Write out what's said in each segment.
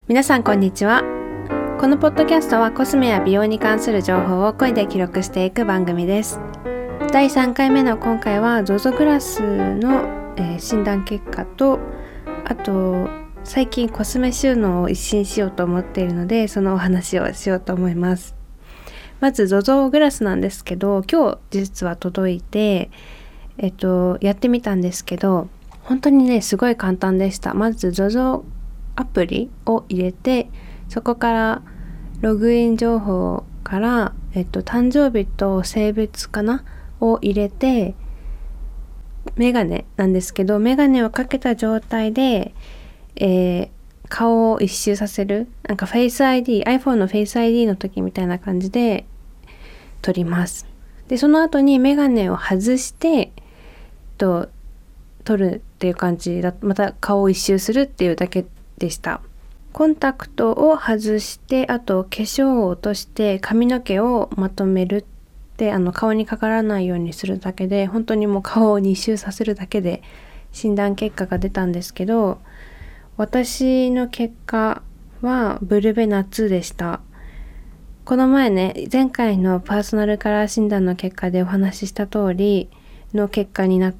皆さんこんにちは。このポッドキャストはコスメや美容に関する情報を声で記録していく番組です。第3回目の今回は ZOZO グラスの、診断結果と、あと最近コスメ収納を一新しようと思っているので、そのお話をしようと思います。まず ZOZO グラスなんですけど、今日実は届いて、やってみたんですけど、本当にねすごい簡単でした。まず ZOZO アプリを入れて、そこからログイン情報から、誕生日と性別かなを入れて、メガネなんですけど、メガネをかけた状態で、顔を一周させる、なんか Face ID、iPhone の Face ID の時みたいな感じで撮ります。で、その後にメガネを外して撮るっていう感じだ。また顔を一周するっていうだけでした。コンタクトを外して、あと化粧を落として髪の毛をまとめるって、顔にかからないようにするだけで、本当にもう顔を2周させるだけで診断結果が出たんですけど、私の結果はブルベ夏でした。この前ね、前回のパーソナルカラー診断の結果でお話しした通りの結果になって、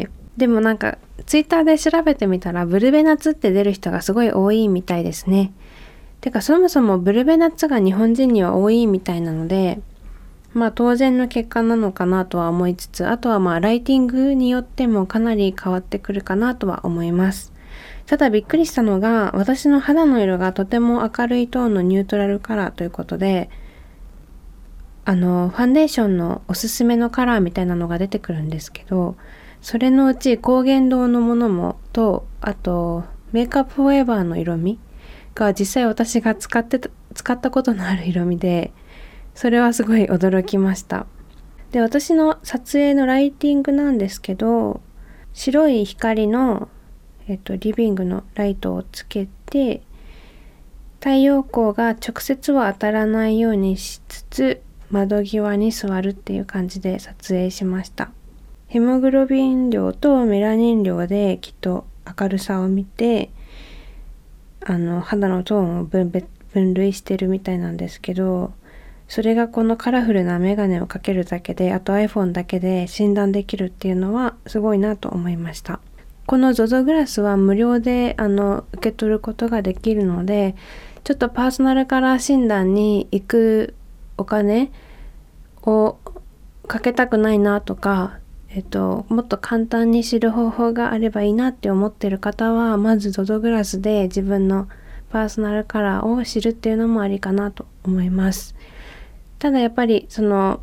でもなんかツイッターで調べてみたらブルベ夏って出る人がすごい多いみたいですね。てかそもそもブルベ夏が日本人には多いみたいなので、まあ当然の結果なのかなとは思いつつ、あとはまあライティングによってもかなり変わってくるかなとは思います。ただびっくりしたのが、私の肌の色がとても明るいトーンのニュートラルカラーということで、ファンデーションのおすすめのカラーみたいなのが出てくるんですけど、それのうち高原堂のものもと、あとメイクアップフォーエバーの色味が実際私が使ったことのある色味で、それはすごい驚きました。で、私の撮影のライティングなんですけど、白い光の、リビングのライトをつけて、太陽光が直接は当たらないようにしつつ、窓際に座るっていう感じで撮影しました。ヘモグロビン量とメラニン量できっと明るさを見て、肌のトーンを分類してるみたいなんですけど、それがこのカラフルなメガネをかけるだけで、あと iPhone だけで診断できるっていうのはすごいなと思いました。この ZOZO グラスは無料で受け取ることができるので、ちょっとパーソナルカラー診断に行くお金をかけたくないなとか、もっと簡単に知る方法があればいいなって思ってる方は、まず ZOZO グラスで自分のパーソナルカラーを知るっていうのもありかなと思います。ただやっぱりその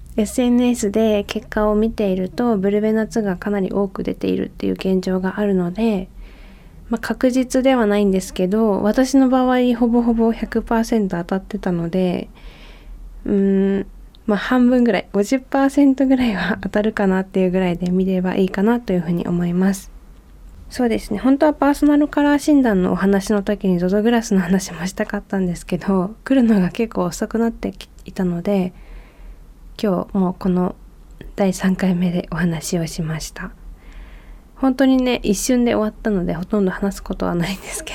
SNS で結果を見ていると、ブルベ夏がかなり多く出ているっていう現状があるので、確実ではないんですけど、私の場合ほぼほぼ 100% 当たってたので、半分ぐらい 50% ぐらいは当たるかなっていうぐらいで見ればいいかなというふうに思います。そうですね、本当はパーソナルカラー診断のお話の時に ZOZO グラスの話もしたかったんですけど、来るのが結構遅くなっていたので、今日もうこの第3回目でお話をしました。本当にね、一瞬で終わったのでほとんど話すことはないんですけ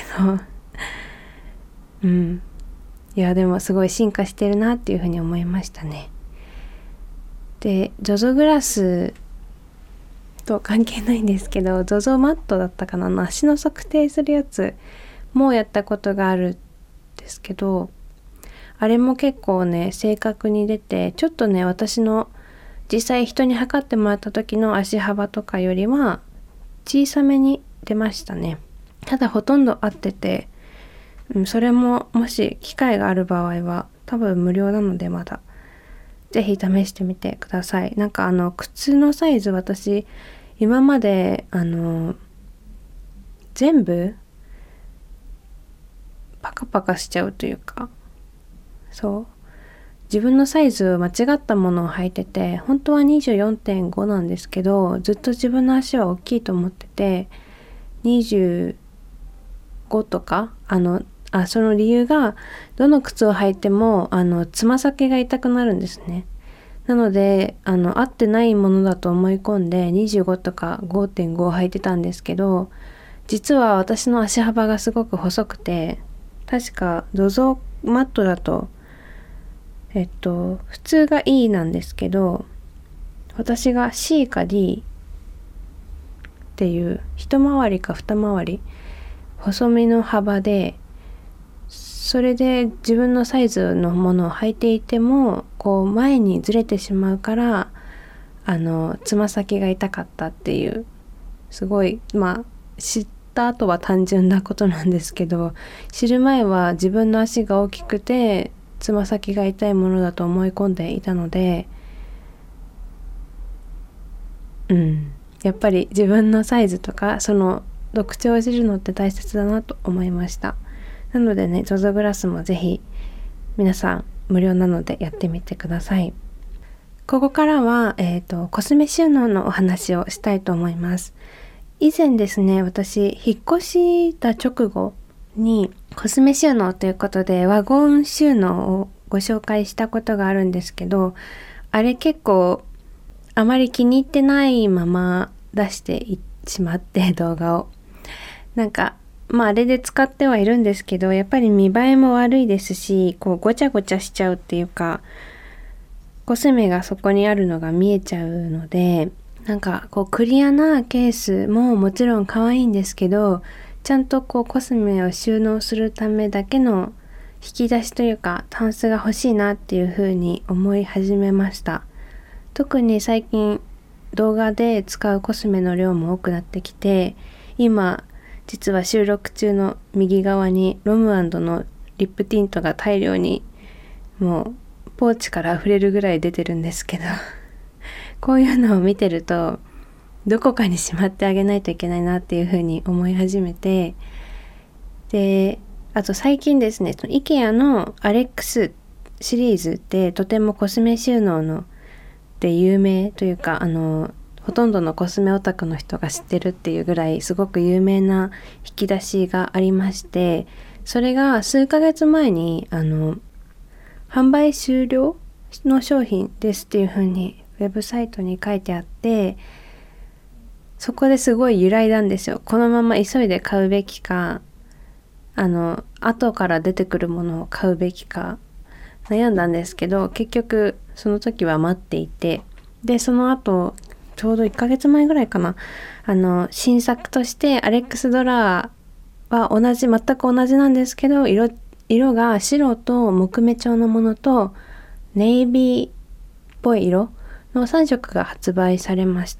どいやでもすごい進化してるなっていうふうに思いましたね。で、ZOZO グラスと関係ないんですけど、ZOZO マットだったかな、足の測定するやつもやったことがあるんですけど、あれも結構ね正確に出て、ちょっとね私の実際人に測ってもらった時の足幅とかよりは小さめに出ましたね。ただほとんど合ってて、それももし機会がある場合は多分無料なので、まだぜひ試してみてください。なんか靴のサイズ、私今まで全部パカパカしちゃうというか、そう自分のサイズ間違ったものを履いてて、本当は 24.5 なんですけど、ずっと自分の足は大きいと思ってて25とか、その理由が、どの靴を履いてもつま先が痛くなるんですね。なので合ってないものだと思い込んで25とか 5.5 を履いてたんですけど、実は私の足幅がすごく細くて、 確か ZOZO マットだと普通が E なんですけど、私が C か D っていう一回りか二回り細身の幅で、それで自分のサイズのものを履いていてもこう前にずれてしまうから、つま先が痛かったっていう、すごい知った後は単純なことなんですけど、知る前は自分の足が大きくてつま先が痛いものだと思い込んでいたので、やっぱり自分のサイズとかその特徴を知るのって大切だなと思いました。なのでね、 ZOZO グラスもぜひ皆さん無料なのでやってみてください。ここからは、コスメ収納のお話をしたいと思います。以前ですね、私引っ越した直後にコスメ収納ということでワゴン収納をご紹介したことがあるんですけど、あれ結構あまり気に入ってないまま出してしまって動画を、あれで使ってはいるんですけど、やっぱり見栄えも悪いですし、こうごちゃごちゃしちゃうっていうか、コスメがそこにあるのが見えちゃうので、こうクリアなケースももちろん可愛いんですけど、ちゃんとこうコスメを収納するためだけの引き出しというかタンスが欲しいなっていう風に思い始めました。特に最近動画で使うコスメの量も多くなってきて、今実は収録中の右側にロム&のリップティントが大量にもうポーチから溢れるぐらい出てるんですけどこういうのを見てるとどこかにしまってあげないといけないなっていうふうに思い始めて、であと最近ですね、その IKEA のアレックスシリーズってとてもコスメ収納ので有名というか、ほとんどのコスメオタクの人が知ってるっていうぐらいすごく有名な引き出しがありまして、それが数ヶ月前に販売終了の商品ですっていう風にウェブサイトに書いてあって、そこですごい揺らいだんですよ。このまま急いで買うべきか、後から出てくるものを買うべきか悩んだんですけど、結局その時は待っていて、でその後ちょうど1ヶ月前ぐらいかな、新作としてアレックスドラーは全く同じなんですけど、色が白と木目調のものとネイビーっぽい色の3色が発売されました。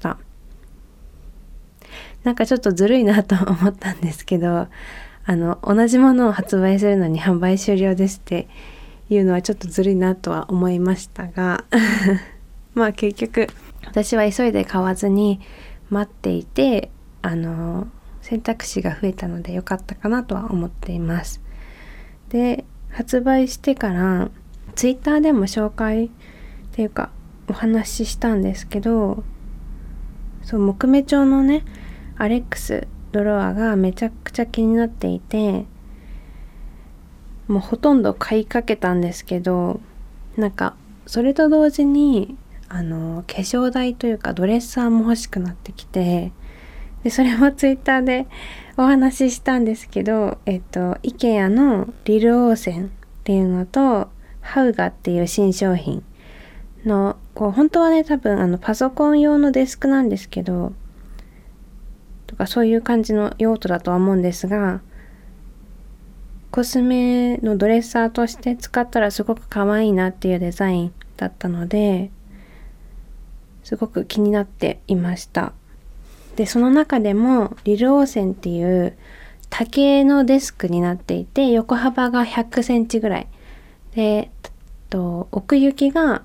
ちょっとずるいなと思ったんですけど、同じものを発売するのに販売終了ですっていうのはちょっとずるいなとは思いましたが結局私は急いで買わずに待っていて、選択肢が増えたので良かったかなとは思っています。で、発売してからツイッターでも紹介っていうかお話ししたんですけど、木目調のねアレックスドロアがめちゃくちゃ気になっていて、もうほとんど買いかけたんですけど、それと同時に化粧台というかドレッサーも欲しくなってきて、でそれもツイッターでお話ししたんですけど、IKEA のリルオーセンっていうのとハウガっていう新商品の本当はね多分パソコン用のデスクなんですけどとかそういう感じの用途だとは思うんですが、コスメのドレッサーとして使ったらすごく可愛いなっていうデザインだったので、すごく気になっていました。で、その中でもリルオーセンっていう竹のデスクになっていて、横幅が100センチぐらいで、奥行きが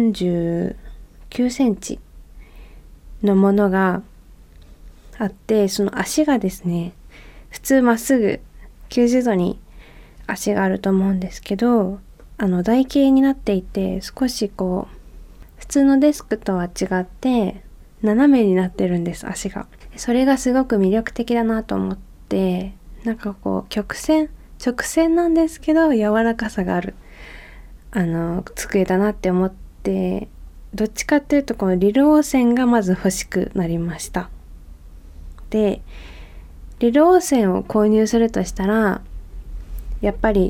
49センチのものがあって、その足がですね、普通まっすぐ90度に足があると思うんですけど、台形になっていて、少し普通のデスクとは違って斜めになってるんです、足が。それがすごく魅力的だなと思って、直線なんですけど柔らかさがある机だなって思って、どっちかっていうとこのリルオーセンがまず欲しくなりました。で、リルオーセンを購入するとしたらやっぱり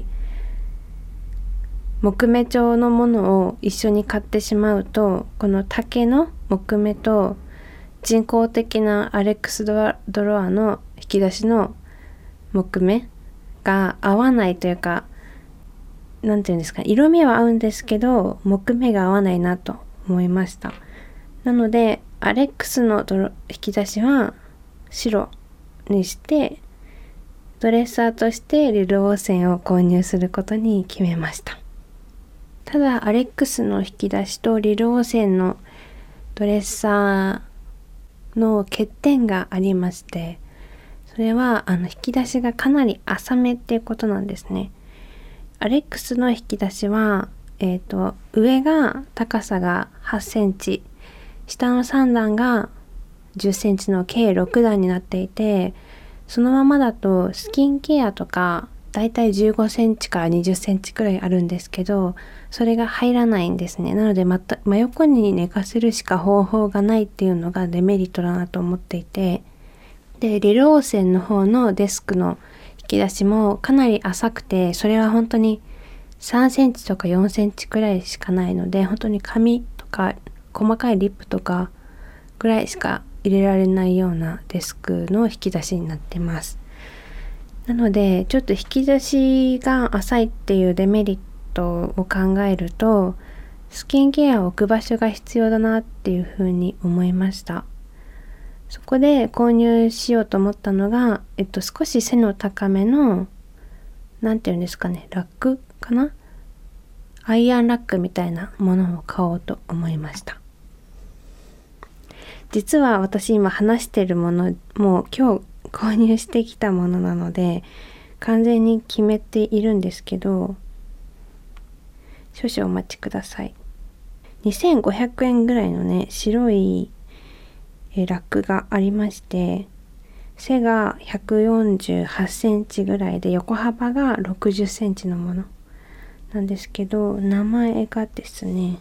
木目調のものを一緒に買ってしまうと、この竹の木目と人工的なアレックスドロアの引き出しの木目が合わないというか、なんていうんですか、色味は合うんですけど木目が合わないなと思いました。なのでアレックスの引き出しは白にして、ドレッサーとしてリルオーセンを購入することに決めました。ただアレックスの引き出しとリルオーセンのドレッサーの欠点がありまして、それは引き出しがかなり浅めっていうことなんですね。アレックスの引き出しは、上が高さが8センチ、下の3段が10センチの計6段になっていて、そのままだとスキンケアとかだいたい15センチから20センチくらいあるんですけど、それが入らないんですね。なので真横に寝かせるしか方法がないっていうのがデメリットだなと思っていて、でリルオーセンの方のデスクの引き出しもかなり浅くて、それは本当に3センチとか4センチくらいしかないので、本当に紙とか細かいリップとかぐらいしか入れられないようなデスクの引き出しになってます。なのでちょっと引き出しが浅いっていうデメリットを考えると、スキンケアを置く場所が必要だなっていうふうに思いました。そこで購入しようと思ったのが、少し背の高めのなんていうんですかね、ラックかな、アイアンラックみたいなものを買おうと思いました。実は私今話してるものもう今日購入してきたものなので完全に決めているんですけど、少々お待ちください。2500円ぐらいのね、白いラックがありまして、背が148センチぐらいで横幅が60センチのものなんですけど、名前がですね、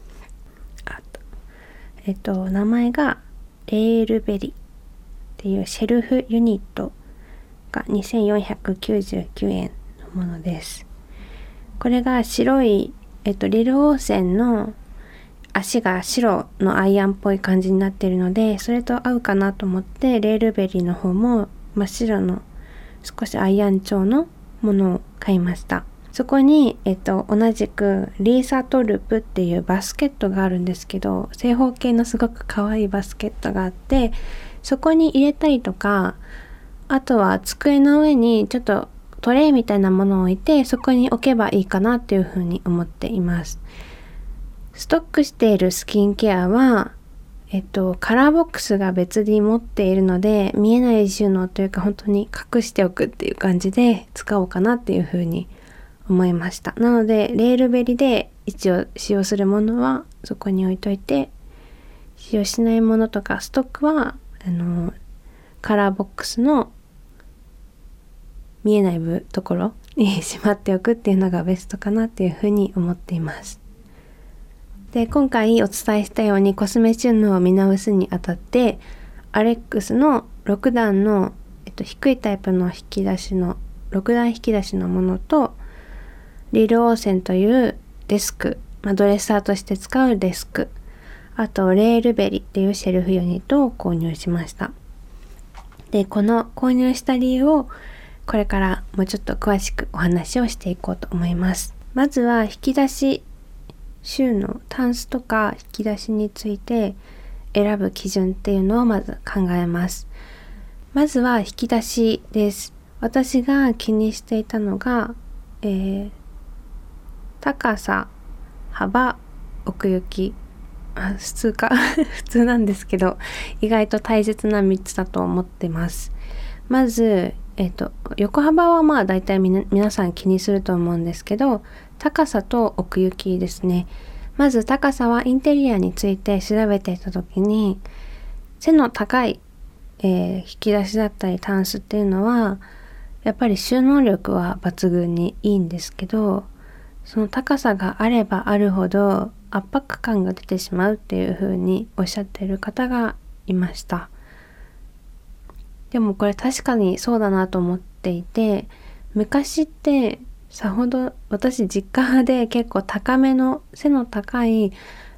名前がレールベリっていうシェルフユニットが2499円のものです。これが白い、リルオーセンの足が白のアイアンっぽい感じになっているので、それと合うかなと思ってレールベリーの方も真っ白の少しアイアン調のものを買いました。そこに、同じくリーサトルプっていうバスケットがあるんですけど、正方形のすごく可愛いバスケットがあって、そこに入れたりとか、あとは机の上にちょっとトレイみたいなものを置いて、そこに置けばいいかなっていうふうに思っています。ストックしているスキンケアは、カラーボックスが別に持っているので、見えない収納というか本当に隠しておくっていう感じで使おうかなっていうふうに思いました。なのでレールベリで一応使用するものはそこに置いといて、使用しないものとかストックはカラーボックスの見えないところにしまっておくっていうのがベストかなっていうふうに思っています。で、今回お伝えしたようにコスメ収納を見直すにあたって、アレックスの6段の、低いタイプの引き出しの6段引き出しのものと、リルオーセンというデスク、ドレッサーとして使うデスク、あとレールベリっていうシェルフユニットを購入しました。で、この購入した理由をこれからもうちょっと詳しくお話をしていこうと思います。まずは引き出し収納、タンスとか引き出しについて選ぶ基準っていうのをまず考えます。まずは引き出しです。私が気にしていたのが、高さ、幅、奥行き、普通か普通なんですけど、意外と大切な3つだと思ってます。まず、横幅はだいたい皆さん気にすると思うんですけど、高さと奥行きですね。まず高さはインテリアについて調べていた時に、背の高い、引き出しだったりタンスっていうのはやっぱり収納力は抜群にいいんですけど、その高さがあればあるほど圧迫感が出てしまうっていう風におっしゃっている方がいました。でもこれ確かにそうだなと思っていて、 昔ってさほど私実家で結構高めの背の高い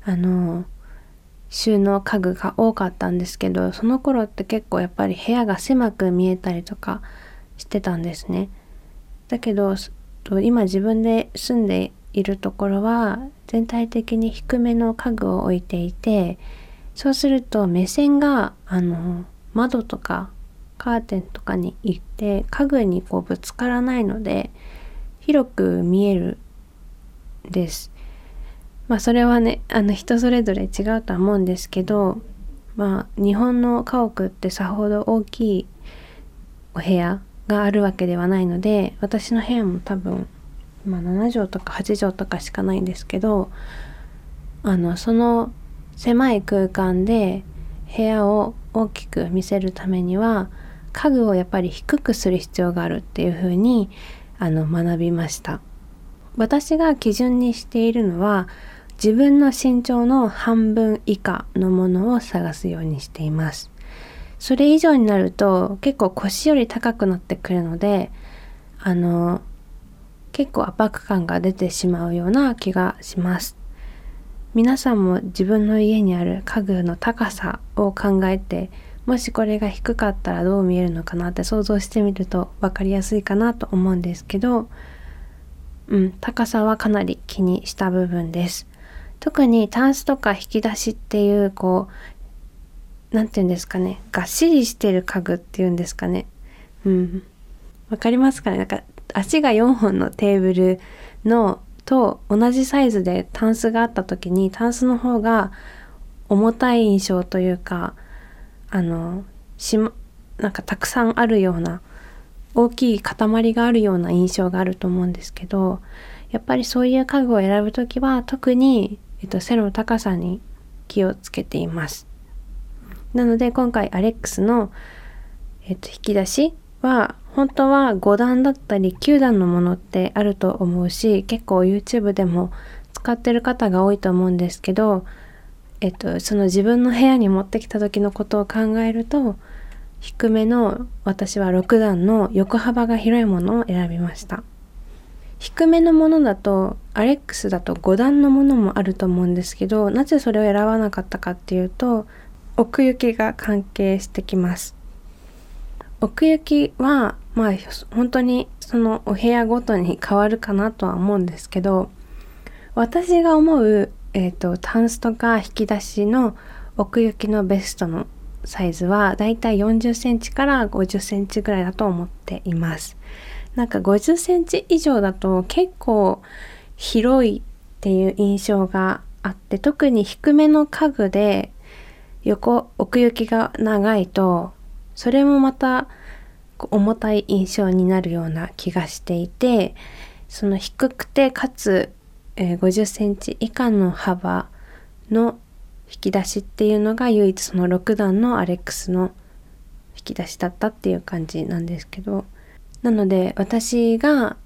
収納家具が多かったんですけど、その頃って結構やっぱり部屋が狭く見えたりとかしてたんですね。だけど今自分で住んでいるところは全体的に低めの家具を置いていて、そうすると目線が窓とかカーテンとかに行って家具にこうぶつからないので広く見えるんです。それはね人それぞれ違うとは思うんですけど、日本の家屋ってさほど大きいお部屋があるわけではないので、私の部屋も多分7畳とか8畳とかしかないんですけど、その狭い空間で部屋を大きく見せるためには家具をやっぱり低くする必要があるっていうふうに学びました。私が基準にしているのは自分の身長の半分以下のものを探すようにしています。それ以上になると結構腰より高くなってくるので結構圧迫感が出てしまうような気がします。皆さんも自分の家にある家具の高さを考えて、もしこれが低かったらどう見えるのかなって想像してみると分かりやすいかなと思うんですけど、高さはかなり気にした部分です。特にタンスとか引き出しっていうなんていうんですかね、がっしりしてる家具っていうんですかね。わかりますかね。なんか足が4本のテーブルのと同じサイズでタンスがあった時にタンスの方が重たい印象というかなんかたくさんあるような大きい塊があるような印象があると思うんですけど、やっぱりそういう家具を選ぶときは特に、背の高さに気をつけています。なので今回アレックスの、引き出しは本当は5段だったり9段のものってあると思うし、結構 YouTube でも使ってる方が多いと思うんですけど、その自分の部屋に持ってきた時のことを考えると低めの私は6段の横幅が広いものを選びました。低めのものだとアレックスだと5段のものもあると思うんですけど、なぜそれを選ばなかったかっていうと奥行きが関係してきます。奥行きは本当にそのお部屋ごとに変わるかなとは思うんですけど、私が思う、タンスとか引き出しの奥行きのベストのサイズはだいたい40センチから50センチぐらいだと思っています。なんか50センチ以上だと結構広いっていう印象があって、特に低めの家具で奥行きが長いとそれもまた重たい印象になるような気がしていて、その低くてかつ、50センチ以下の幅の引き出しっていうのが唯一その6段のアレックスの引き出しだったっていう感じなんですけど、なので私が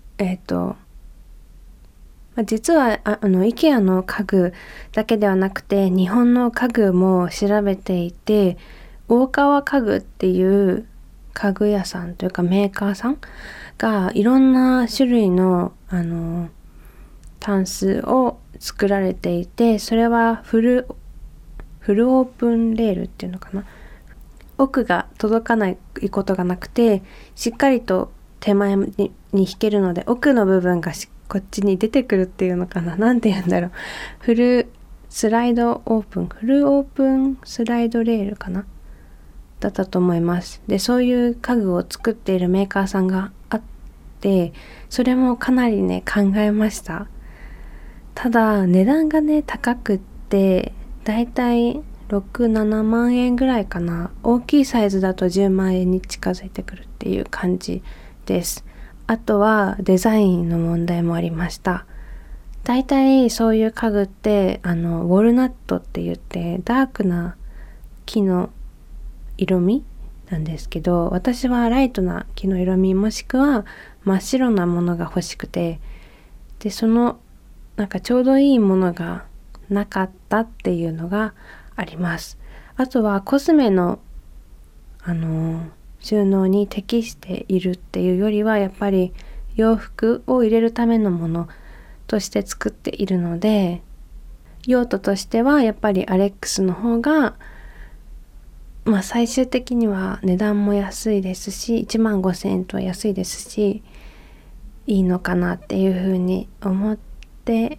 実はIKEA の家具だけではなくて日本の家具も調べていて、大川家具っていう家具屋さんというかメーカーさんがいろんな種類のタンスを作られていて、それはフルオープンレールっていうのかな、奥が届かないことがなくてしっかりと手前に引けるので奥の部分がこっちに出てくるっていうのかな、なんて言うんだろう、フルオープンスライドレールかなだったと思います。でそういう家具を作っているメーカーさんがあって、それもかなりね考えました。ただ値段がね高くってだいたい6、7万円ぐらいかな。大きいサイズだと10万円に近づいてくるっていう感じです。あとはデザインの問題もありました。だいたいそういう家具ってウォルナットって言ってダークな木の色味なんですけど、私はライトな木の色味もしくは真っ白なものが欲しくて、でそのなんかちょうどいいものがなかったっていうのがあります。あとはコスメの収納に適しているっていうよりはやっぱり洋服を入れるためのものとして作っているので、用途としてはやっぱりアレックスの方が最終的には値段も安いですし、15,000円とは安いですし、いいのかなっていうふうに思って、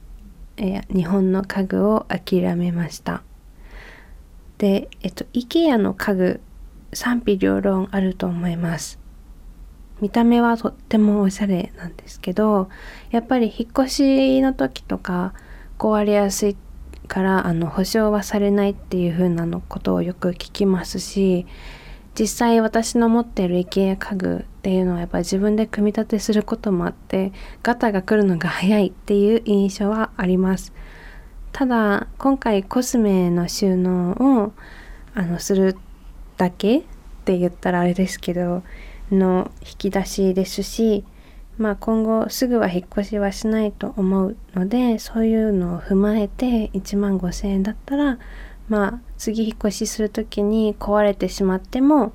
日本の家具を諦めました。で、IKEA の家具賛否両論あると思います。見た目はとってもおしゃれなんですけど、やっぱり引っ越しの時とか壊れやすいから保証はされないっていう風なのことをよく聞きますし、実際私の持っている IKEA 家具っていうのはやっぱり自分で組み立てすることもあって、ガタが来るのが早いっていう印象はあります。ただ今回コスメの収納をするだけって言ったらあれですけどの引き出しですし、今後すぐは引っ越しはしないと思うので、そういうのを踏まえて15,000円だったら次引っ越しする時に壊れてしまっても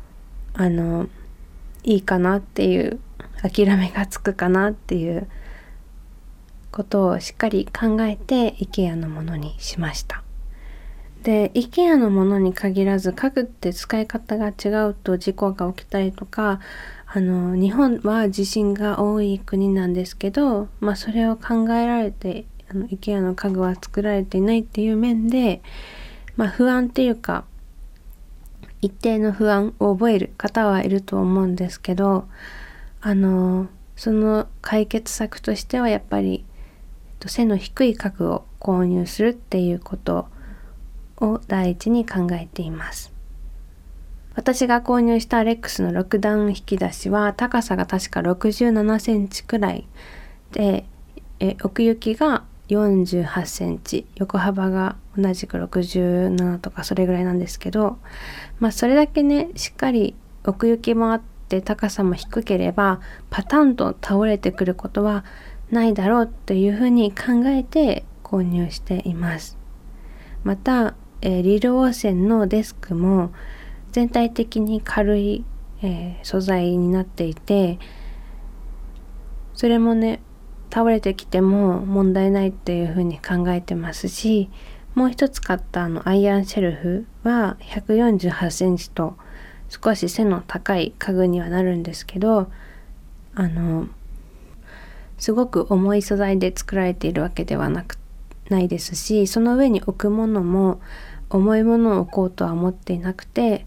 いいかなっていう、諦めがつくかなっていうことをしっかり考えて IKEA のものにしました。で IKEA のものに限らず、家具って使い方が違うと事故が起きたりとか、日本は地震が多い国なんですけど、それを考えられてIKEA の家具は作られていないっていう面で、不安っていうか一定の不安を覚える方はいると思うんですけど、その解決策としてはやっぱり背の低い家具を購入するっていうことを第一に考えています。私が購入したアレックスの6段引き出しは高さが確か67センチくらいで、奥行きが48センチ、横幅が同じく67とかそれぐらいなんですけど、それだけね、しっかり奥行きもあって高さも低ければパタンと倒れてくることはないだろうというふうに考えて購入しています。また、リルオーセンのデスクも全体的に軽い、素材になっていて、それもね、倒れてきても問題ないっていうふうに考えてますし、もう一つ買ったアイアンシェルフは148センチと少し背の高い家具にはなるんですけど、すごく重い素材で作られているわけではないですし、その上に置くものも重いものを置こうとは思っていなくて、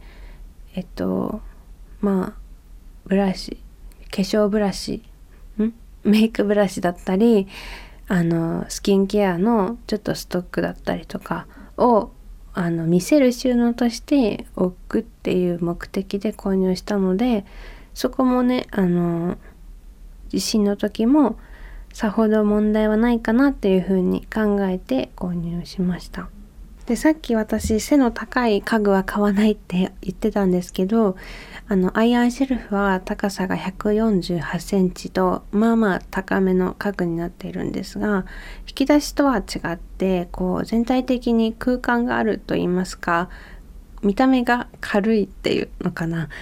ブラシ、化粧ブラシ、メイクブラシだったり、スキンケアのちょっとストックだったりとかを見せる収納として置くっていう目的で購入したので、そこもね、地震の時もさほど問題はないかなっていうふうに考えて購入しました。で、さっき私背の高い家具は買わないって言ってたんですけど、アイアンシェルフは高さが148センチと高めの家具になっているんですが、引き出しとは違って全体的に空間があると言いますか、見た目が軽いっていうのかな、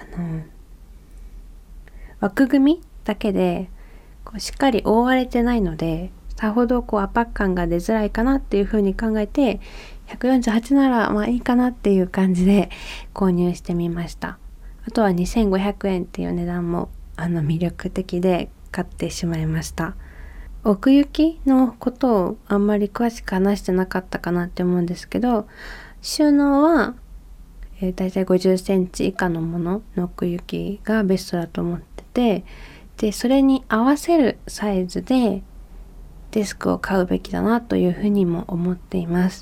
枠組みだけでしっかり覆われてないので、さほど圧迫感が出づらいかなっていうふうに考えて、148ならいいかなっていう感じで購入してみました。あとは2500円っていう値段も魅力的で買ってしまいました。奥行きのことをあんまり詳しく話してなかったかなって思うんですけど、収納はだいたい50センチ以下のものの奥行きがベストだと思ってて、でそれに合わせるサイズでデスクを買うべきだなというふうにも思っています。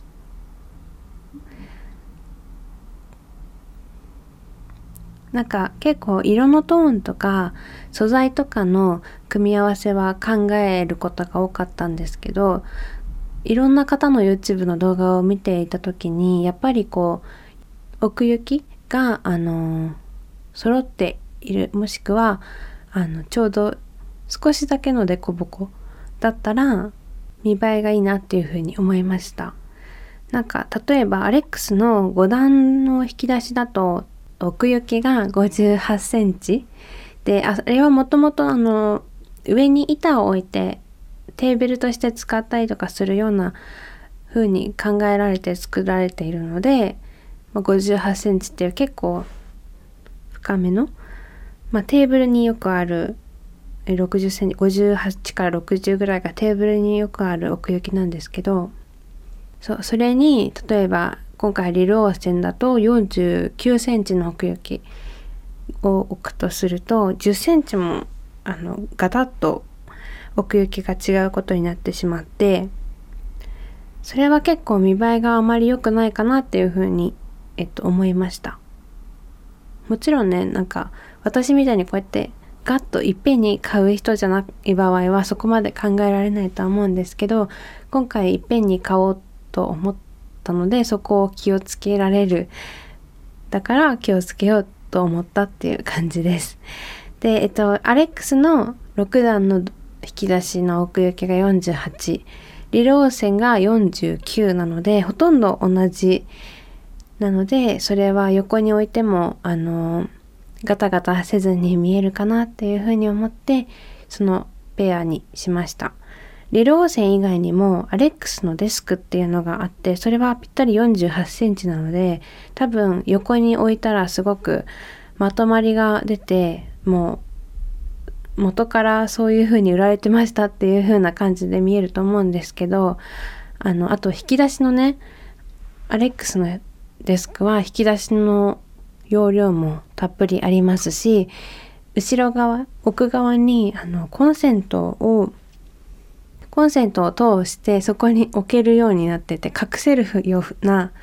結構色のトーンとか素材とかの組み合わせは考えることが多かったんですけど、いろんな方の YouTube の動画を見ていた時に、やっぱり奥行きが揃っている、もしくはちょうど少しだけのデコボコだったら見栄えがいいなっていうふうに思いました。例えばアレックスの5段の引き出しだと奥行きが58センチで、あれはもともと上に板を置いてテーブルとして使ったりとかするような風に考えられて作られているので、58センチっていう結構深めの、テーブルによくある60センチ、58から60ぐらいがテーブルによくある奥行きなんですけど、それに例えば今回リルオーセンだと49センチの奥行きを置くとすると、10センチもガタッと奥行きが違うことになってしまって、それは結構見栄えがあまり良くないかなっていうふうに、思いました。もちろんね、私みたいにこうやってガッといっぺんに買う人じゃない場合はそこまで考えられないとは思うんですけど、今回いっぺんに買おうと思ったので、そこを気をつけられる。だから気をつけようと思ったっていう感じです。で、アレックスの6段の引き出しの奥行きが48、リルオーセンが49なので、ほとんど同じなので、それは横に置いてもガタガタせずに見えるかなっていうふうに思って、そのペアにしました。リルオーセン以外にもアレックスのデスクっていうのがあって、それはぴったり48センチなので、多分横に置いたらすごくまとまりが出て、もう元からそういう風に売られてましたっていう風な感じで見えると思うんですけど、あと引き出しのね、アレックスのデスクは引き出しの容量もたっぷりありますし、後ろ側、奥側にコンセントを通してそこに置けるようになってて、隠せるような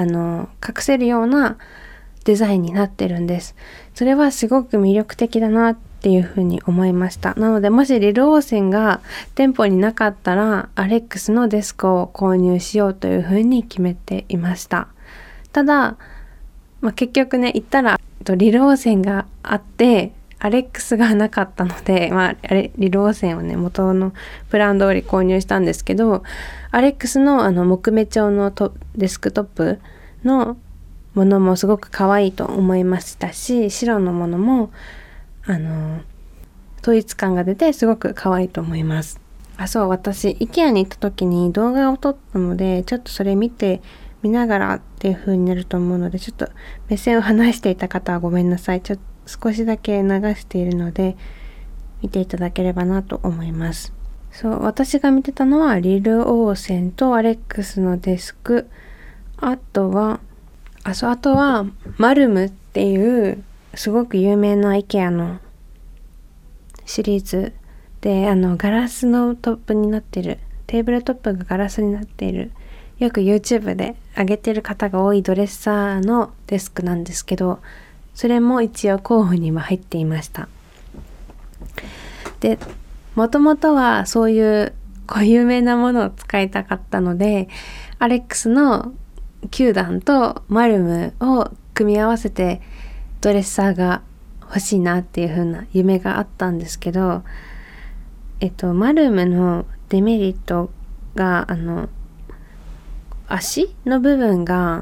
デザインになってるんです。それはすごく魅力的だなっていうふうに思いました。なので、もしリルオーセンが店舗になかったら、アレックスのデスクを購入しようというふうに決めていました。ただ、結局ね、行ったらリルオーセンがあってアレックスがなかったので、リルオーセンをね、元のプラン通り購入したんですけど、アレックスの木目調のデスクトップのものもすごく可愛いと思いましたし、白のものも統一感が出てすごく可愛いと思います。私 IKEA に行った時に動画を撮ったので、ちょっとそれ見ながらっていう風になると思うので、ちょっと目線を離していた方はごめんなさい。少しだけ流しているので見ていただければなと思います。私が見てたのはリルオーセンとアレックスのデスク、あとはマルムっていうすごく有名な IKEA のシリーズで、ガラスのトップになってる、テーブルトップがガラスになっている、よく YouTube で上げてる方が多いドレッサーのデスクなんですけど、それも一応候補には入っていました。で、もともとはそういう有名なものを使いたかったので、アレックスの9段とマルムを組み合わせてドレッサーが欲しいなっていう風な夢があったんですけど、マルムのデメリットが足の部分が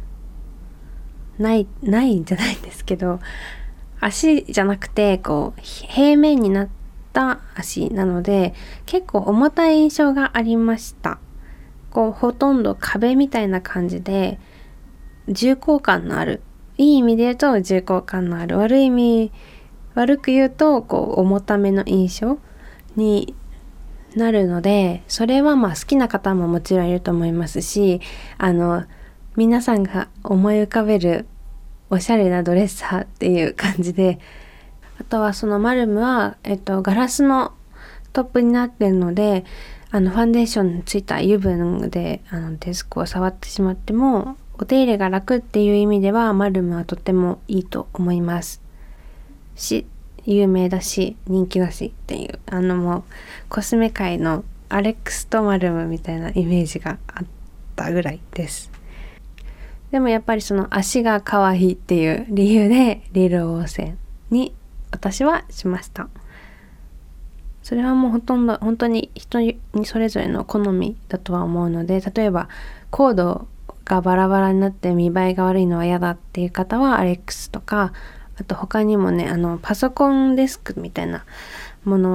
ないんじゃないんですけど、足じゃなくて平面になった足なので、結構重たい印象がありました。ほとんど壁みたいな感じで重厚感のある、いい意味で言うと重厚感のある、悪く言うと重ための印象になるので、それは好きな方ももちろんいると思いますし、皆さんが思い浮かべるおしゃれなドレッサーっていう感じで、あとはそのマルムは、ガラスのトップになっているので、ファンデーションについた油分でデスクを触ってしまってもお手入れが楽っていう意味ではマルムはとてもいいと思いますし、有名だし人気だしっていう、もうコスメ界のアレックスとマルムみたいなイメージがあったぐらいです。でもやっぱりその足が可愛いっていう理由でリルオーセンに私はしました。それはもう本当に人にそれぞれの好みだとは思うので、例えばコードがバラバラになって見栄えが悪いのは嫌だっていう方はアレックスとか、あと他にもね、パソコンデスクみたいなもの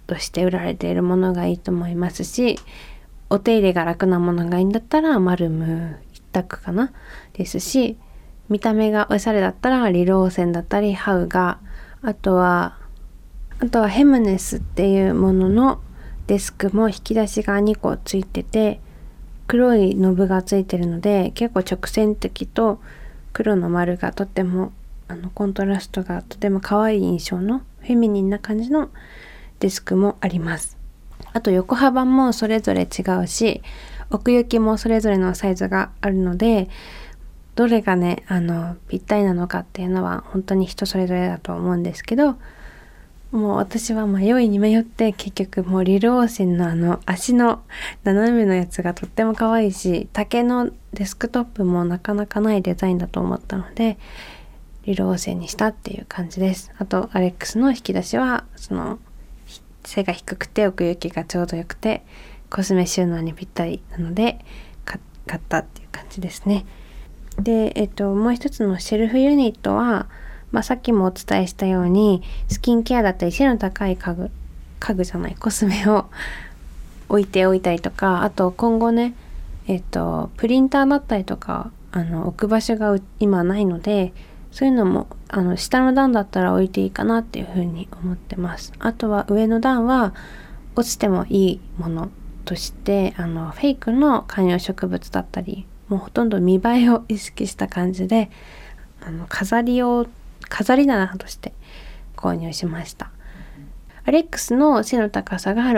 として売られているものがいいと思いますし、お手入れが楽なものがいいんだったらマルム一択かなですし、見た目がおしゃれだったらリローセンだったりハウガ、あとはヘムネスっていうもののデスクも引き出しが2個ついてて、黒いノブがついてるので結構直線的と黒の丸がとってもコントラストがとても可愛い印象のフェミニンな感じのデスクもあります。あと横幅もそれぞれ違うし、奥行きもそれぞれのサイズがあるので、どれがねぴったりなのかっていうのは本当に人それぞれだと思うんですけど、もう私は迷いに迷って結局もうリローセンの足の斜めのやつがとっても可愛いし、竹のデスクトップもなかなかないデザインだと思ったのでリローセンにしたっていう感じです。あとアレックスの引き出しはその背が低くて奥行きがちょうどよくてコスメ収納にぴったりなので買ったっていう感じですね。で、もう一つのシェルフユニットは、さっきもお伝えしたようにスキンケアだったり背の高いコスメを置いておいたりとか、あと今後ねプリンターだったりとか置く場所が今ないので、そういうのも下の段だったら置いていいかなっていうふうに思ってます。あとは上の段は落ちてもいいものとしてフェイクの観葉植物だったり、もうほとんど見栄えを意識した感じで飾り棚として購入しました。アレックスの背の高さが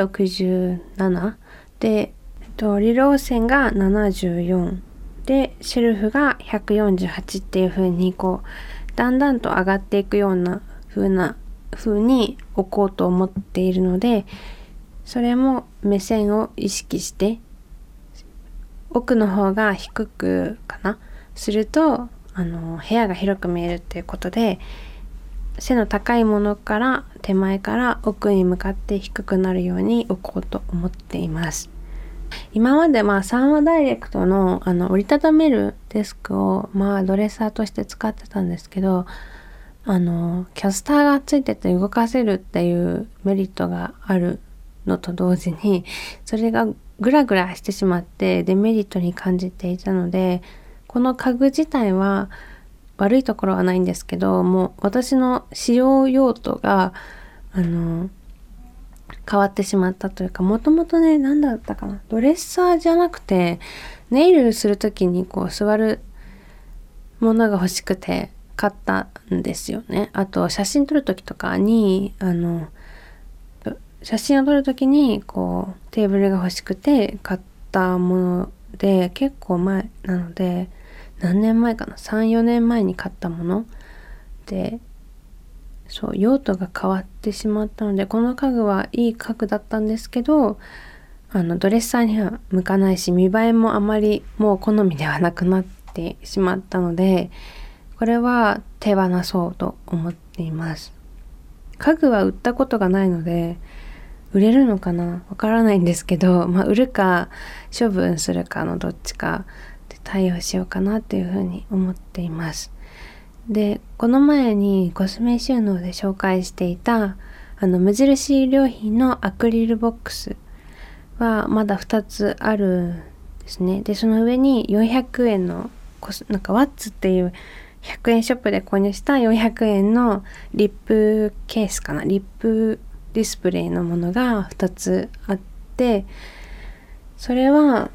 67で、リローセンが74でシェルフが148っていう風にだんだんと上がっていくような風に置こうと思っているので、それも目線を意識して奥の方が低くすると部屋が広く見えるっていうことで、背の高いものから手前から奥に向かって低くなるように置こうと思っています。今まで三和ダイレクトの折りたためるデスクをドレッサーとして使ってたんですけど、キャスターがついてて動かせるっていうメリットがあるのと同時に、それがグラグラしてしまってデメリットに感じていたので、この家具自体は悪いところはないんですけど、もう私の使用用途が変わってしまったというか、もともとね何だったかな、ドレッサーじゃなくてネイルするときに座るものが欲しくて買ったんですよね。あと写真撮るときとかに写真を撮るときにテーブルが欲しくて買ったもので、結構前なので何年前かな、 3,4 年前に買ったもので、用途が変わってしまったので、この家具はいい家具だったんですけどドレッサーには向かないし、見栄えもあまりもう好みではなくなってしまったので、これは手放そうと思っています。家具は売ったことがないので売れるのかなわからないんですけど、売るか処分するかのどっちかで対応しようかなっていうふうに思っています。で、この前にコスメ収納で紹介していた無印良品のアクリルボックスはまだ2つあるんですね。で、その上に400円のワッツっていう100円ショップで購入した400円のリップケースリップディスプレイのものが2つあって、それは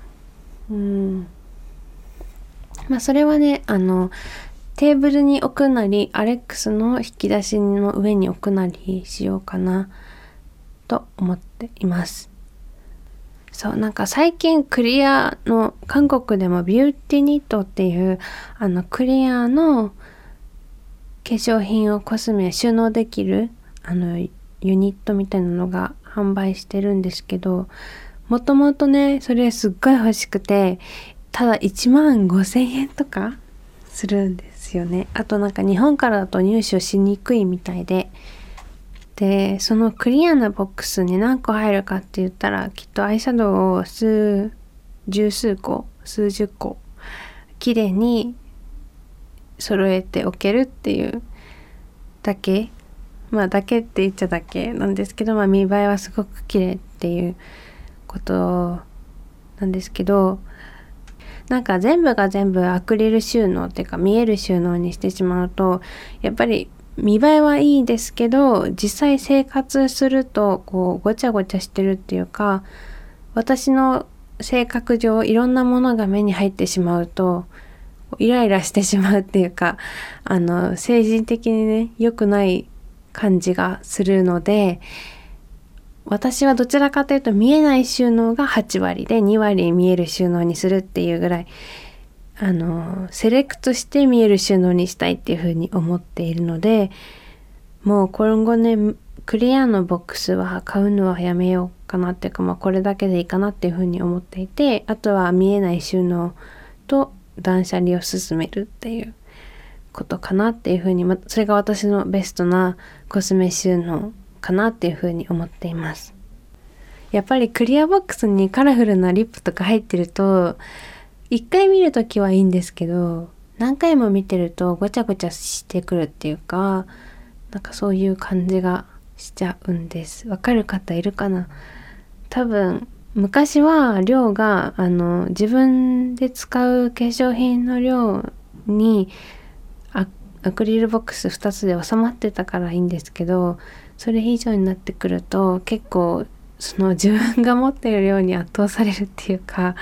それはねテーブルに置くなりアレックスの引き出しの上に置くなりしようかなと思っています。最近クリアの韓国でもビューティニットっていうクリアの化粧品をコスメ収納できるユニットみたいなのが販売してるんですけど、もともとねそれすっごい欲しくて、ただ15,000円とかするんですよね。あと日本からだと入手しにくいみたいで、そのクリアなボックスに何個入るかって言ったら、きっとアイシャドウを数十個綺麗に揃えておけるっていうだけだけって言っちゃだけなんですけど、見栄えはすごく綺麗っていうことなんですけど、なんか全部が全部アクリル収納っていうか見える収納にしてしまうと、やっぱり見栄えはいいですけど、実際生活するとこうごちゃごちゃしてるっていうか、私の性格上いろんなものが目に入ってしまうとイライラしてしまうっていうか、精神的にね良くない感じがするので、私はどちらかというと見えない収納が8割で2割見える収納にするっていうぐらい、セレクトして見える収納にしたいっていうふうに思っているので、もう今後ねクリアのボックスは買うのはやめようかなっていうか、これだけでいいかなっていうふうに思っていて、あとは見えない収納と断捨離を進めるっていうことかなっていうふうに、それが私のベストなコスメ収納かなっていうふうに思っています。やっぱりクリアボックスにカラフルなリップとか入ってると、一回見るときはいいんですけど、何回も見てるとごちゃごちゃしてくるっていうか、なんかそういう感じがしちゃうんです。わかる方いるかな？多分昔は量が自分で使う化粧品の量にアクリルボックス2つで収まってたからいいんですけど、それ以上になってくると結構その自分が持っている量に圧倒されるっていうか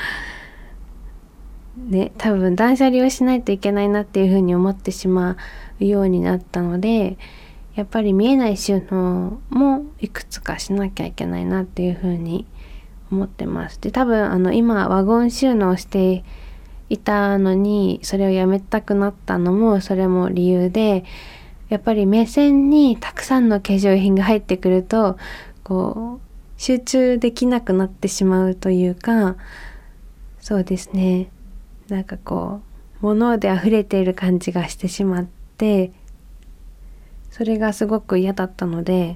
ね、多分断捨離をしないといけないなっていうふうに思ってしまうようになったので、やっぱり見えない収納もいくつかしなきゃいけないなっていうふうに思ってます。で、多分今ワゴン収納していたのにそれをやめたくなったのもそれも理由で、やっぱり目線にたくさんの化粧品が入ってくるとこう集中できなくなってしまうというか、そうですね、なんかこう物で溢れている感じがしてしまって、それがすごく嫌だったので、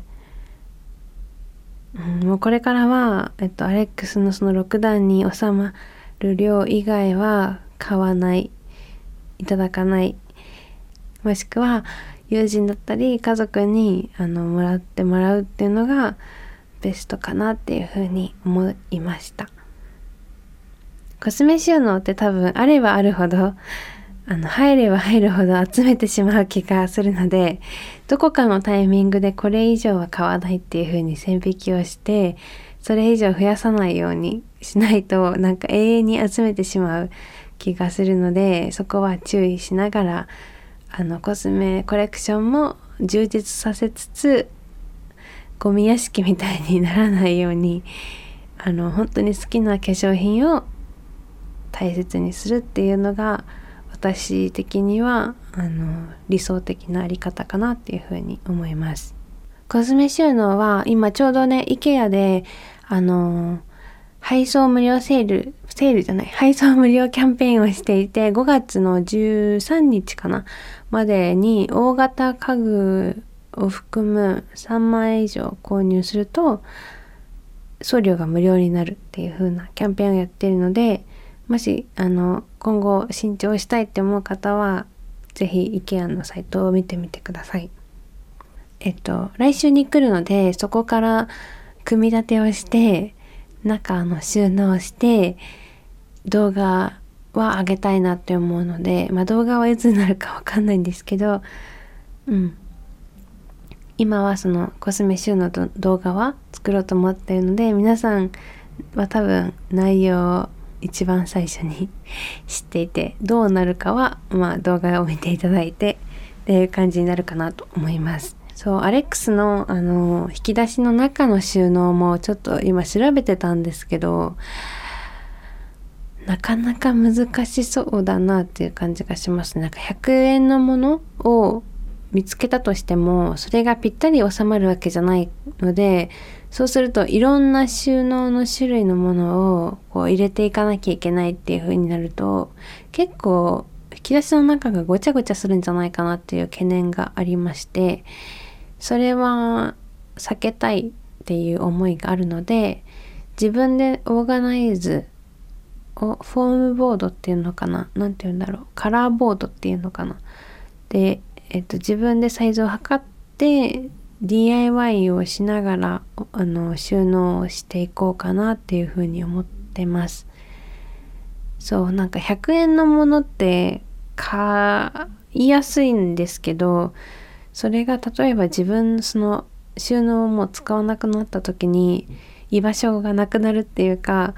もうこれからは、アレックスのその6段に収まる量以外は買わない、いただかない、もしくは友人だったり家族にもらってもらうっていうのがベストかなっていうふうに思いました。コスメ収納って多分あればあるほど入れば入るほど集めてしまう気がするので、どこかのタイミングでこれ以上は買わないっていう風に線引きをして、それ以上増やさないようにしないとなんか永遠に集めてしまう気がするので、そこは注意しながらコスメコレクションも充実させつつ、ゴミ屋敷みたいにならないように本当に好きな化粧品を大切にするっていうのが私的には理想的なあり方かなっていうふうに思います。コスメ収納は今ちょうどね IKEA で配送無料配送無料キャンペーンをしていて、5月の13日かなまでに大型家具を含む3万円以上購入すると送料が無料になるっていう風なキャンペーンをやっているので、もし今後新調したいって思う方はぜひ IKEA のサイトを見てみてください。来週に来るので、そこから組み立てをして中の収納して動画は上げたいなって思うので、動画はいつになるかわかんないんですけど、今はそのコスメ収納の動画は作ろうと思っているので、皆さんは多分内容を一番最初に知っていて、どうなるかは動画を見ていただいてっていう感じになるかなと思います。そう、アレックスの引き出しの中の収納もちょっと今調べてたんですけど、なかなか難しそうだなっていう感じがしますね。なんか100円のものを見つけたとしてもそれがぴったり収まるわけじゃないので、そうするといろんな収納の種類のものをこう入れていかなきゃいけないっていう風になると、結構引き出しの中がごちゃごちゃするんじゃないかなっていう懸念がありまして、それは避けたいっていう思いがあるので、自分でオーガナイズをフォームボードっていうのかな、なんていうんだろう、カラーボードっていうのかなで、自分でサイズを測って DIY をしながら収納をしていこうかなっていうふうに思ってます。そうなんか100円のものって買いやすいんですけど、それが例えば自分その収納をもう使わなくなった時に居場所がなくなるっていうか、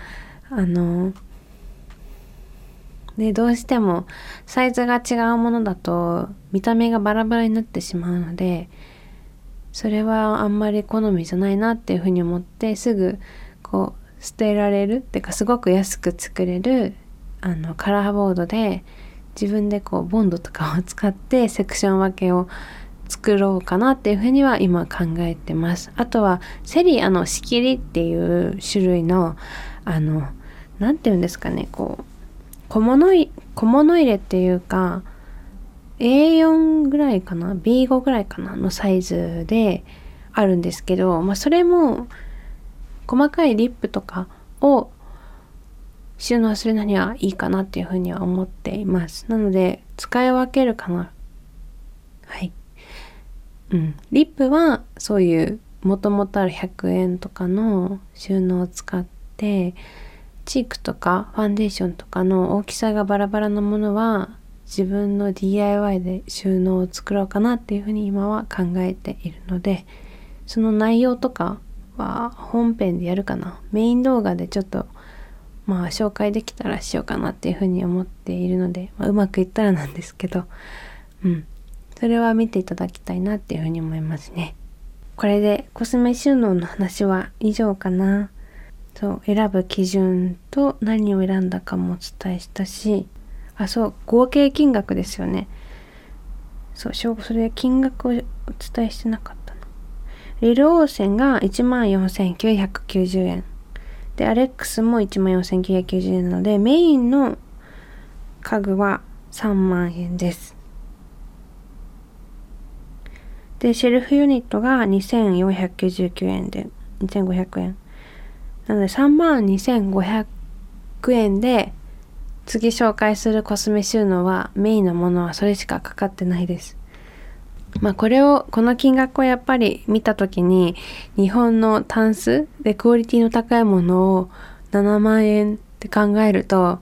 どうしてもサイズが違うものだと見た目がバラバラになってしまうので、それはあんまり好みじゃないなっていうふうに思って、すぐこう捨てられるっていうか、すごく安く作れるカラーボードで自分でこうボンドとかを使ってセクション分けを作ろうかなっていうふうには今考えてます。あとはセリ仕切りっていう種類のなんていうんですかね、こう小物入れっていうか A4 ぐらいかな B5 ぐらいかなのサイズであるんですけど、それも細かいリップとかを収納するのにはいいかなっていうふうには思っています。なので使い分けるかな。はい。リップはそういうもともとある100円とかの収納を使って、チークとかファンデーションとかの大きさがバラバラなものは自分の DIY で収納を作ろうかなっていうふうに今は考えているので、その内容とかは本編でやるかな。メイン動画でちょっと紹介できたらしようかなっていうふうに思っているので、うまくいったらなんですけど、それは見ていただきたいなっていうふうに思いますね。これでコスメ収納の話は以上かな。そう選ぶ基準と何を選んだかもお伝えしたし、合計金額ですよね。それ金額をお伝えしてなかったな。リルオーセンが 14,990 円で、アレックスも 14,990 円なので、メインの家具は3万円です。でシェルフユニットが 2,499 円で2,500円なので 32,500 円で、次紹介するコスメ収納はメインのものはそれしかかかってないです。この金額をやっぱり見たときに、日本のタンスでクオリティの高いものを7万円って考えると、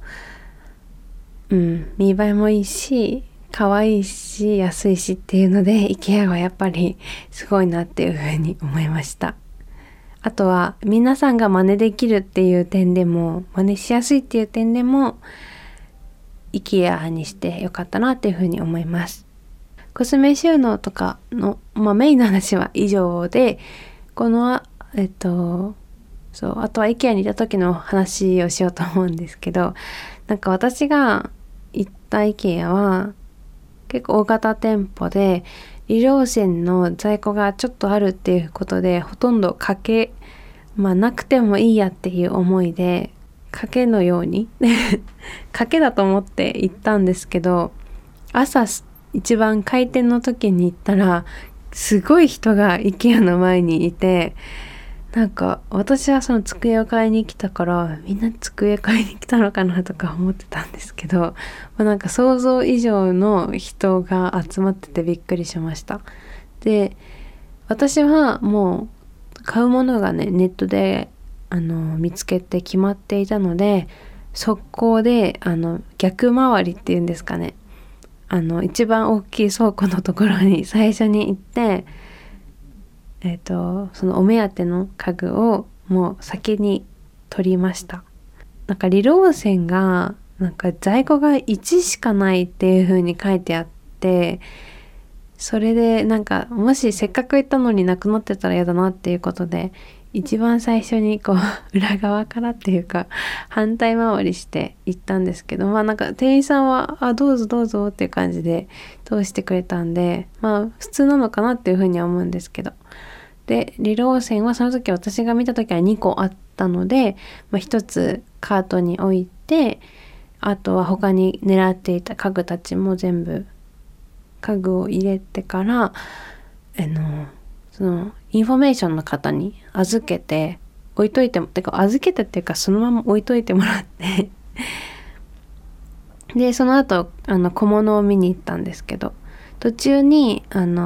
見栄えもいいし可愛いし安いしっていうので IKEA はやっぱりすごいなっていうふうに思いました。あとは皆さんが真似できるっていう点でも、真似しやすいっていう点でも IKEA にしてよかったなっていうふうに思います。コスメ収納とかの、メインの話は以上で、あとは IKEA にいた時の話をしようと思うんですけど、なんか私が行った IKEA は結構大型店舗で、リルオーセンの在庫がちょっとあるっていうことで、ほとんどなくてもいいやっていう思いで賭けのように賭けだと思って行ったんですけど、朝一番開店の時に行ったらすごい人が IKEA の前にいて、なんか私はその机を買いに来たから、みんな机買いに来たのかなとか思ってたんですけど、なんか想像以上の人が集まっててびっくりしました。で、私はもう買うものがね、ネットで見つけて決まっていたので、速攻で逆回りっていうんですかね、一番大きい倉庫のところに最初に行って、そのお目当ての家具をもう先に取りました。なんかリルオーセンがなんか在庫が1しかないっていう風に書いてあって、それでなんかもしせっかく行ったのになくなってたら嫌だなっていうことで、一番最初にこう裏側からっていうか反対回りして行ったんですけど、なんか店員さんはどうぞどうぞっていう感じで通してくれたんで、普通なのかなっていう風には思うんですけど、でリルオーセンはその時私が見た時は2個あったので、1つカートに置いて、あとは他に狙っていた家具たちも全部家具を入れてから、そのインフォメーションの方に預けて置いといても、預けてっていうかそのまま置いといてもらってでその後小物を見に行ったんですけど、途中に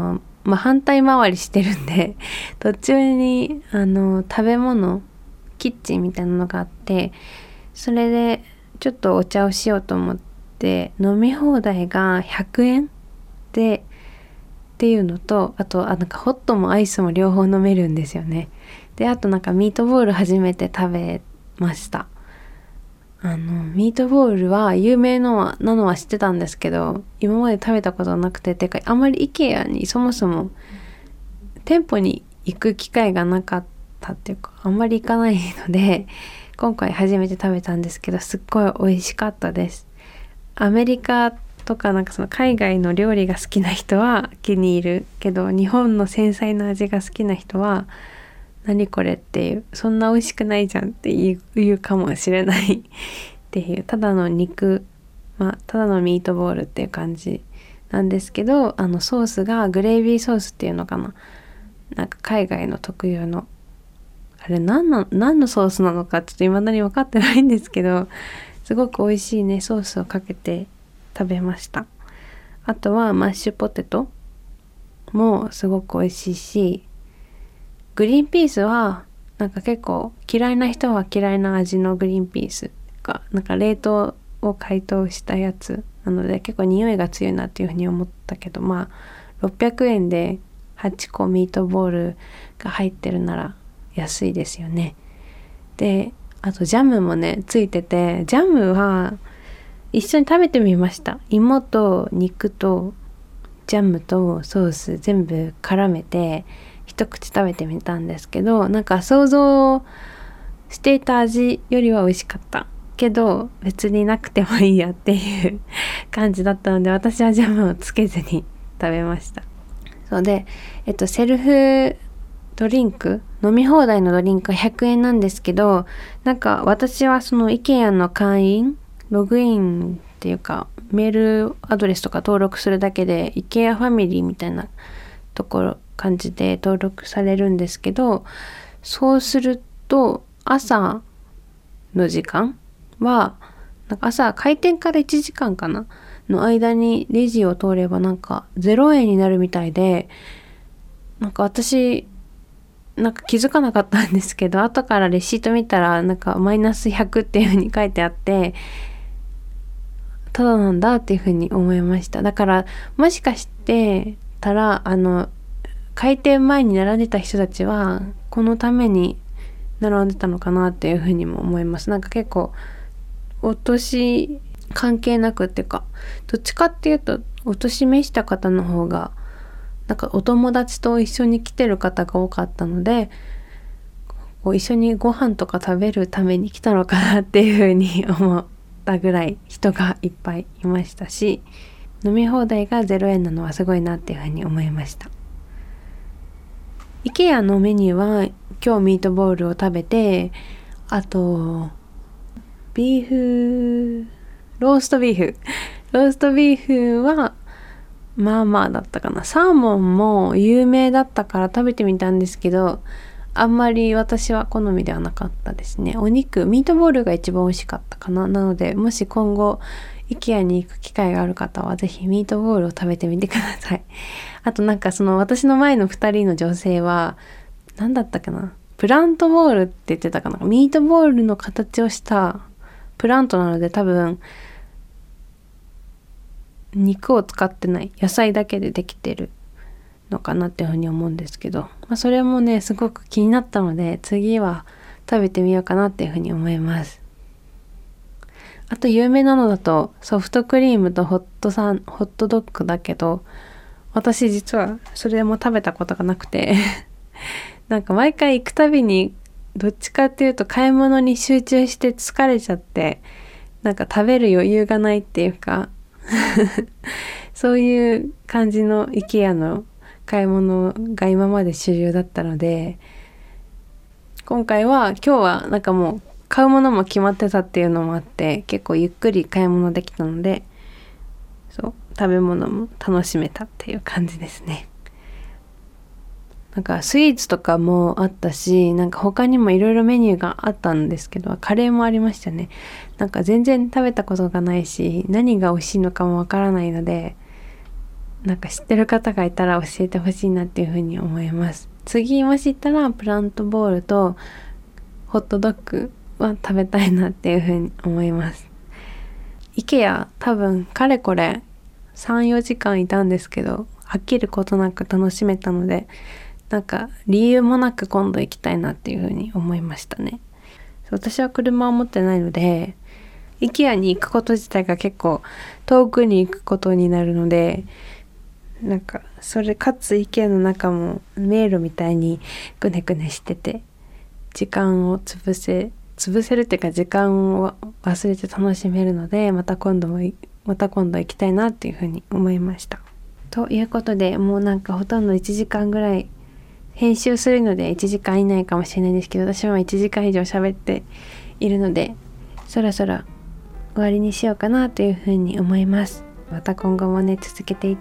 反対回りしてるんで途中に食べ物キッチンみたいなのがあって、それでちょっとお茶をしようと思って飲み放題が100円でっていうのと、あとなんかホットもアイスも両方飲めるんですよね。であとなんかミートボール初めて食べました。ミートボールは有名なのは知ってたんですけど、今まで食べたことなくて、てかあんまり IKEA にそもそも店舗に行く機会がなかったっていうか、あんまり行かないので今回初めて食べたんですけど、すっごい美味しかったです。アメリカとかなんかその海外の料理が好きな人は気に入るけど、日本の繊細な味が好きな人は何これっていう、そんな美味しくないじゃんって言うかもしれないっていう、ただの肉、ただのミートボールっていう感じなんですけど、ソースがグレイビーソースっていうのかな、なんか海外の特有のあれ何のソースなのかちょっと未だに分かってないんですけど、すごく美味しいねソースをかけて食べました。あとはマッシュポテトもすごく美味しいし、グリーンピースはなんか結構嫌いな人は嫌いな味のグリーンピースがなんか冷凍を解凍したやつなので結構匂いが強いなっていうふうに思ったけど、600円で8個ミートボールが入ってるなら安いですよね。であとジャムもねついてて、ジャムは一緒に食べてみました。芋と肉とジャムとソース全部絡めて一口食べてみたんですけど、なんか想像していた味よりは美味しかったけど別になくてもいいやっていう感じだったので、私はジャムをつけずに食べました。そうで、セルフドリンク、飲み放題のドリンクは100円なんですけど、なんか私はその IKEA の会員ログインっていうかメールアドレスとか登録するだけで IKEA ファミリーみたいなところ感じで登録されるんですけど、そうすると朝の時間はなんか朝開店から1時間かなの間にレジを通ればなんか0円になるみたいで、なんか私なんか気づかなかったんですけど、後からレシート見たらなんかマイナス100っていう風に書いてあって、ただなんだっていう風に思いました。だからもしかしてたら開店前に並んでた人たちはこのために並んでたのかなっていう風にも思います。なんか結構お年関係なくっていうか、どっちかっていうとお年召した方の方がなんかお友達と一緒に来てる方が多かったので、一緒にご飯とか食べるために来たのかなっていう風に思ったぐらい人がいっぱいいましたし、飲み放題が0円なのはすごいなっていう風に思いました。IKEA のメニューは今日ミートボールを食べて、あとローストビーフはまあまあだったかな。サーモンも有名だったから食べてみたんですけど、あんまり私は好みではなかったですね。お肉、ミートボールが一番美味しかったかな。なのでもし今後 IKEA に行く機会がある方はぜひミートボールを食べてみてください。あとなんかその私の前の2人の女性は何だったかな、プラントボールって言ってたかな。ミートボールの形をしたプラントなので多分肉を使ってない野菜だけでできてるのかなっていうふうに思うんですけど、それもねすごく気になったので次は食べてみようかなっていうふうに思います。あと有名なのだとソフトクリームとホットドッグだけど、私実はそれも食べたことがなくてなんか毎回行くたびにどっちかっていうと買い物に集中して疲れちゃって、なんか食べる余裕がないっていうかそういう感じの IKEA の買い物が今まで主流だったので、今日はなんかもう買うものも決まってたっていうのもあって結構ゆっくり買い物できたので、そう食べ物も楽しめたっていう感じですね。なんかスイーツとかもあったし、なんか他にもいろいろメニューがあったんですけど、カレーもありましたね。なんか全然食べたことがないし何が美味しいのかもわからないので、 なんか知ってる方がいたら教えてほしいなっていうふうに思います。次もし行ったらプラントボールとホットドッグは食べたいなっていうふうに思います。IKEA 多分かれこれ 3,4 時間いたんですけど、飽きることなく楽しめたので、なんか理由もなく今度行きたいなっていうふうに思いましたね。私は車を持ってないので、IKEA に行くこと自体が結構遠くに行くことになるので、なんかそれかつ IKEA の中も迷路みたいにくねくねしてて、時間を潰せるっていうか時間を忘れて楽しめるので、また今度行きたいなっていうふうに思いました。ということで、もうなんかほとんど1時間ぐらい、編集するので1時間以内かもしれないですけど、私は1時間以上喋っているので、そろそろ終わりにしようかなというふうに思います。また今後もね続けていって、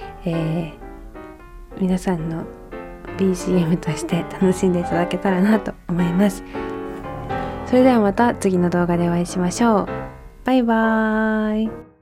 皆さんの BGM として楽しんでいただけたらなと思います。それではまた次の動画でお会いしましょう。バイバーイ。